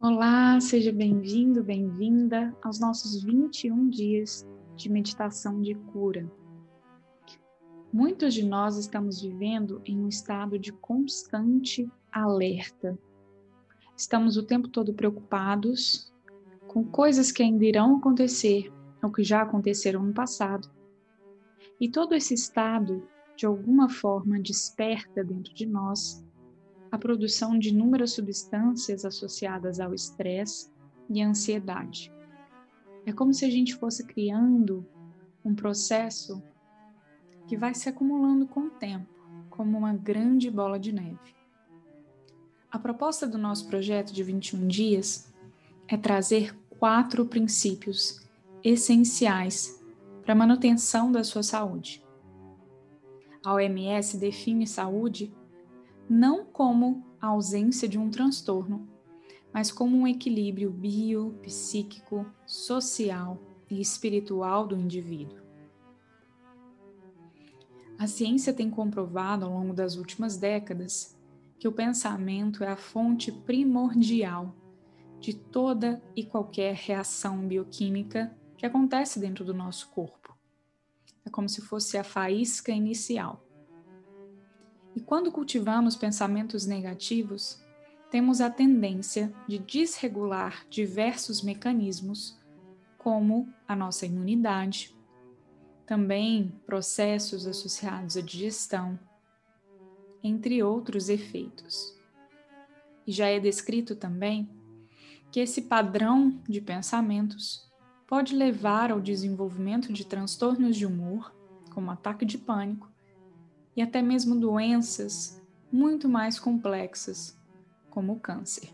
Olá, seja bem-vindo, bem-vinda aos nossos 21 dias de meditação de cura. Muitos de nós estamos vivendo em um estado de constante alerta. Estamos o tempo todo preocupados com coisas que ainda irão acontecer ou que já aconteceram no passado. E todo esse estado, de alguma forma, desperta dentro de nós a produção de inúmeras substâncias associadas ao estresse e à ansiedade. É como se a gente fosse criando um processo que vai se acumulando com o tempo, como uma grande bola de neve. A proposta do nosso projeto de 21 dias é trazer 4 princípios essenciais para a manutenção da sua saúde. A OMS define saúde não como a ausência de um transtorno, mas como um equilíbrio bio, psíquico, social e espiritual do indivíduo. A ciência tem comprovado ao longo das últimas décadas que o pensamento é a fonte primordial de toda e qualquer reação bioquímica que acontece dentro do nosso corpo. É como se fosse a faísca inicial. E quando cultivamos pensamentos negativos, temos a tendência de desregular diversos mecanismos, como a nossa imunidade, também processos associados à digestão, entre outros efeitos. E já é descrito também que esse padrão de pensamentos pode levar ao desenvolvimento de transtornos de humor, como ataque de pânico, e até mesmo doenças muito mais complexas, como o câncer.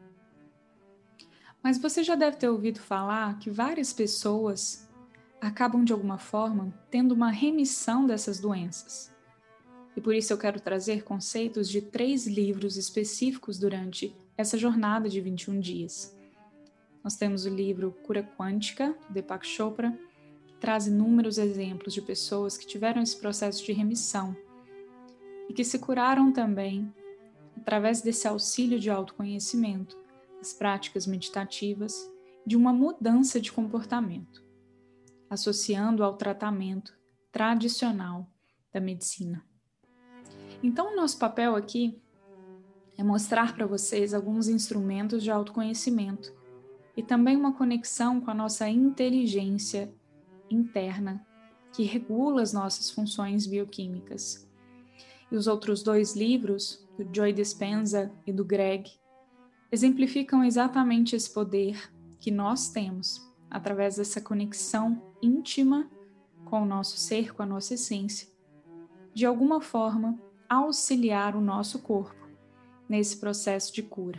Mas você já deve ter ouvido falar que várias pessoas acabam de alguma forma tendo uma remissão dessas doenças. E por isso eu quero trazer conceitos de 3 livros específicos durante essa jornada de 21 dias. Nós temos o livro Cura Quântica, do Deepak Chopra, que traz inúmeros exemplos de pessoas que tiveram esse processo de remissão e que se curaram também através desse auxílio de autoconhecimento, das práticas meditativas, de uma mudança de comportamento, associando ao tratamento tradicional da medicina. Então, o nosso papel aqui é mostrar para vocês alguns instrumentos de autoconhecimento e também uma conexão com a nossa inteligência interna, que regula as nossas funções bioquímicas. E os outros 2 livros, do Joe Dispenza e do Greg, exemplificam exatamente esse poder que nós temos através dessa conexão íntima com o nosso ser, com a nossa essência, de alguma forma auxiliar o nosso corpo nesse processo de cura.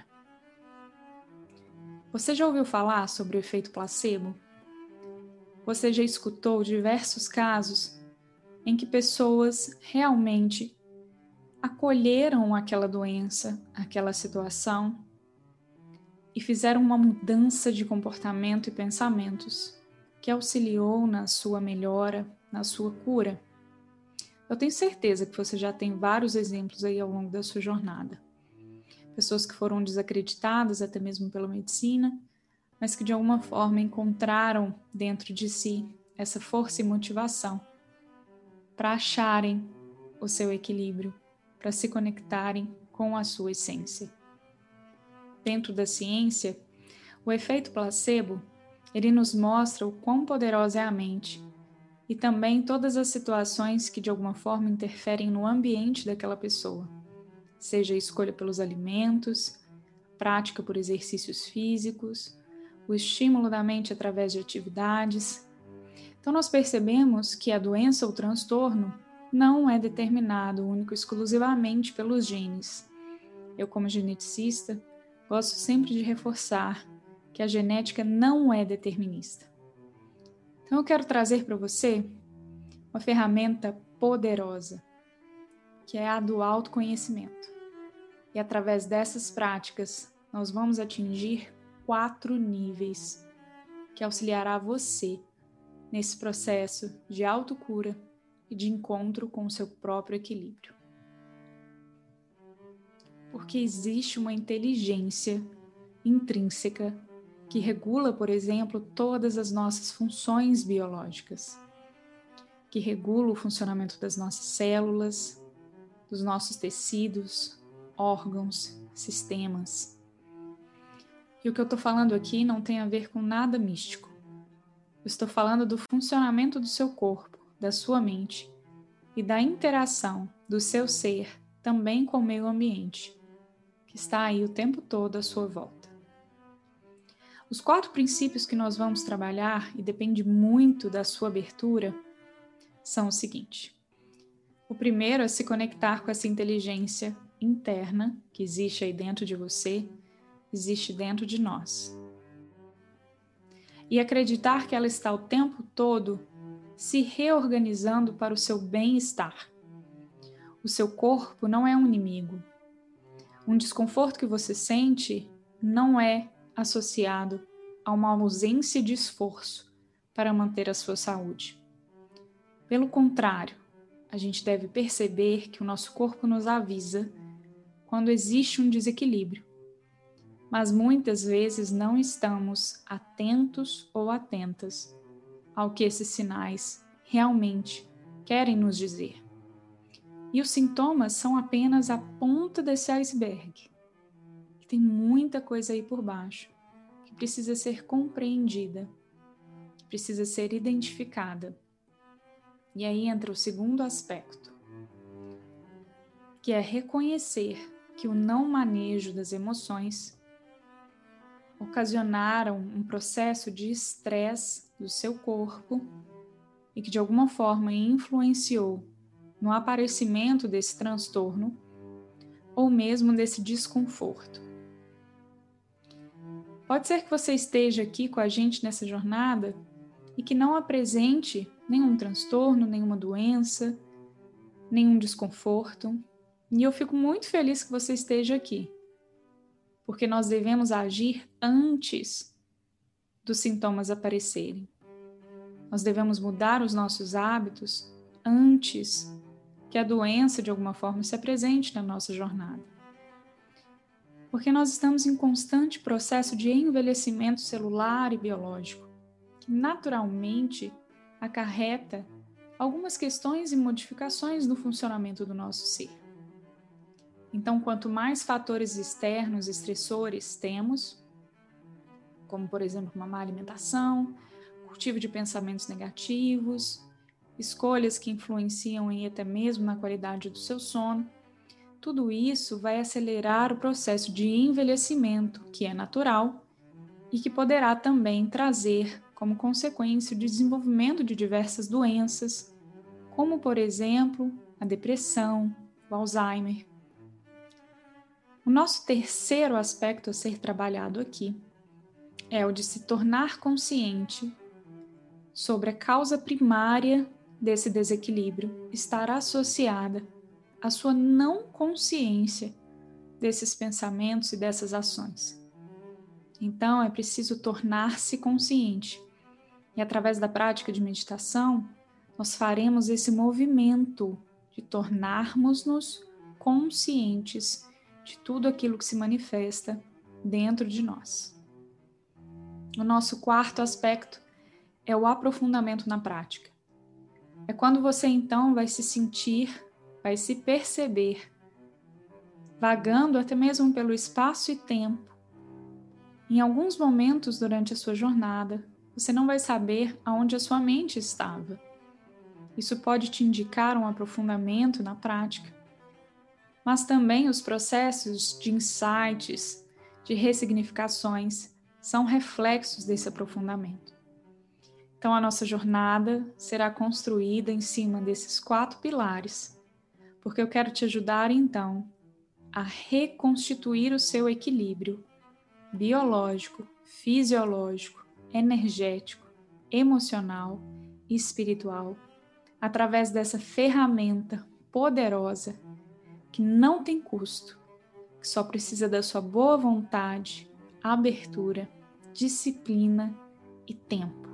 Você já ouviu falar sobre o efeito placebo? Você já escutou diversos casos em que pessoas realmente acolheram aquela doença, aquela situação e fizeram uma mudança de comportamento e pensamentos que auxiliou na sua melhora, na sua cura? Eu tenho certeza que você já tem vários exemplos aí ao longo da sua jornada. Pessoas que foram desacreditadas até mesmo pela medicina, mas que de alguma forma encontraram dentro de si essa força e motivação para acharem o seu equilíbrio, para se conectarem com a sua essência. Dentro da ciência, o efeito placebo, ele nos mostra o quão poderosa é a mente e também todas as situações que de alguma forma interferem no ambiente daquela pessoa, seja a escolha pelos alimentos, prática por exercícios físicos, o estímulo da mente através de atividades. Então nós percebemos que a doença ou transtorno não é determinado único e exclusivamente pelos genes. Eu, como geneticista, gosto sempre de reforçar que a genética não é determinista. Então eu quero trazer para você uma ferramenta poderosa, que é a do autoconhecimento. E através dessas práticas, nós vamos atingir 4 níveis que auxiliará você nesse processo de autocura e de encontro com o seu próprio equilíbrio. Porque existe uma inteligência intrínseca que regula, por exemplo, todas as nossas funções biológicas, que regula o funcionamento das nossas células, dos nossos tecidos, órgãos, sistemas. E o que eu estou falando aqui não tem a ver com nada místico. Eu estou falando do funcionamento do seu corpo, da sua mente e da interação do seu ser também com o meio ambiente, que está aí o tempo todo à sua volta. Os 4 princípios que nós vamos trabalhar, e depende muito da sua abertura, são o seguinte. O primeiro é se conectar com essa inteligência interna que existe aí dentro de você, existe dentro de nós. E acreditar que ela está o tempo todo se reorganizando para o seu bem-estar. O seu corpo não é um inimigo. Um desconforto que você sente não é associado a uma ausência de esforço para manter a sua saúde. Pelo contrário, a gente deve perceber que o nosso corpo nos avisa quando existe um desequilíbrio, mas muitas vezes não estamos atentos ou atentas ao que esses sinais realmente querem nos dizer. E os sintomas são apenas a ponta desse iceberg. Tem muita coisa aí por baixo que precisa ser compreendida, que precisa ser identificada. E aí entra o segundo aspecto, que é reconhecer que o não manejo das emoções ocasionaram um processo de estresse do seu corpo e que de alguma forma influenciou no aparecimento desse transtorno ou mesmo desse desconforto. Pode ser que você esteja aqui com a gente nessa jornada e que não apresente nenhum transtorno, nenhuma doença, nenhum desconforto. E eu fico muito feliz que você esteja aqui, porque nós devemos agir antes dos sintomas aparecerem. Nós devemos mudar os nossos hábitos antes que a doença, de alguma forma, se apresente na nossa jornada. Porque nós estamos em constante processo de envelhecimento celular e biológico, que naturalmente acarreta algumas questões e modificações no funcionamento do nosso ser. Então, quanto mais fatores externos, estressores temos, como, por exemplo, uma má alimentação, cultivo de pensamentos negativos, escolhas que influenciam em até mesmo na qualidade do seu sono, tudo isso vai acelerar o processo de envelhecimento, que é natural e que poderá também trazer como consequência o desenvolvimento de diversas doenças, como, por exemplo, a depressão, o Alzheimer. O nosso terceiro aspecto a ser trabalhado aqui é o de se tornar consciente sobre a causa primária desse desequilíbrio estar associada à sua não consciência desses pensamentos e dessas ações. Então, é preciso tornar-se consciente. E através da prática de meditação, nós faremos esse movimento de tornarmos-nos conscientes de tudo aquilo que se manifesta dentro de nós. O nosso quarto aspecto é o aprofundamento na prática. É quando você então vai se sentir, vai se perceber, vagando até mesmo pelo espaço e tempo. Em alguns momentos durante a sua jornada, você não vai saber aonde a sua mente estava. Isso pode te indicar um aprofundamento na prática. Mas também os processos de insights, de ressignificações, são reflexos desse aprofundamento. Então, a nossa jornada será construída em cima desses 4 pilares, porque eu quero te ajudar, então, a reconstituir o seu equilíbrio biológico, fisiológico, energético, emocional e espiritual, através dessa ferramenta poderosa que não tem custo, que só precisa da sua boa vontade, abertura, disciplina e tempo.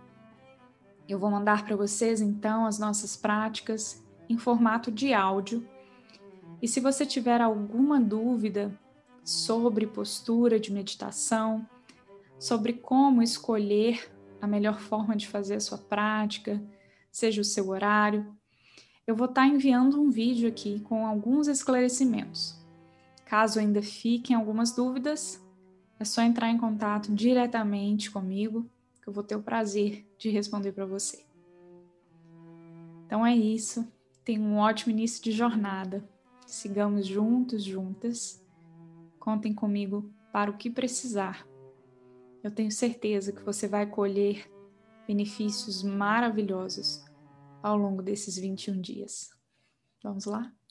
Eu vou mandar para vocês, então, as nossas práticas em formato de áudio. E se você tiver alguma dúvida sobre postura de meditação, sobre como escolher a melhor forma de fazer a sua prática, seja o seu horário. Eu vou estar enviando um vídeo aqui com alguns esclarecimentos. Caso ainda fiquem algumas dúvidas, é só entrar em contato diretamente comigo, que eu vou ter o prazer de responder para você. Então é isso. Tenha um ótimo início de jornada. Sigamos juntos, juntas. Contem comigo para o que precisar. Eu tenho certeza que você vai colher benefícios maravilhosos ao longo desses 21 dias. Vamos lá?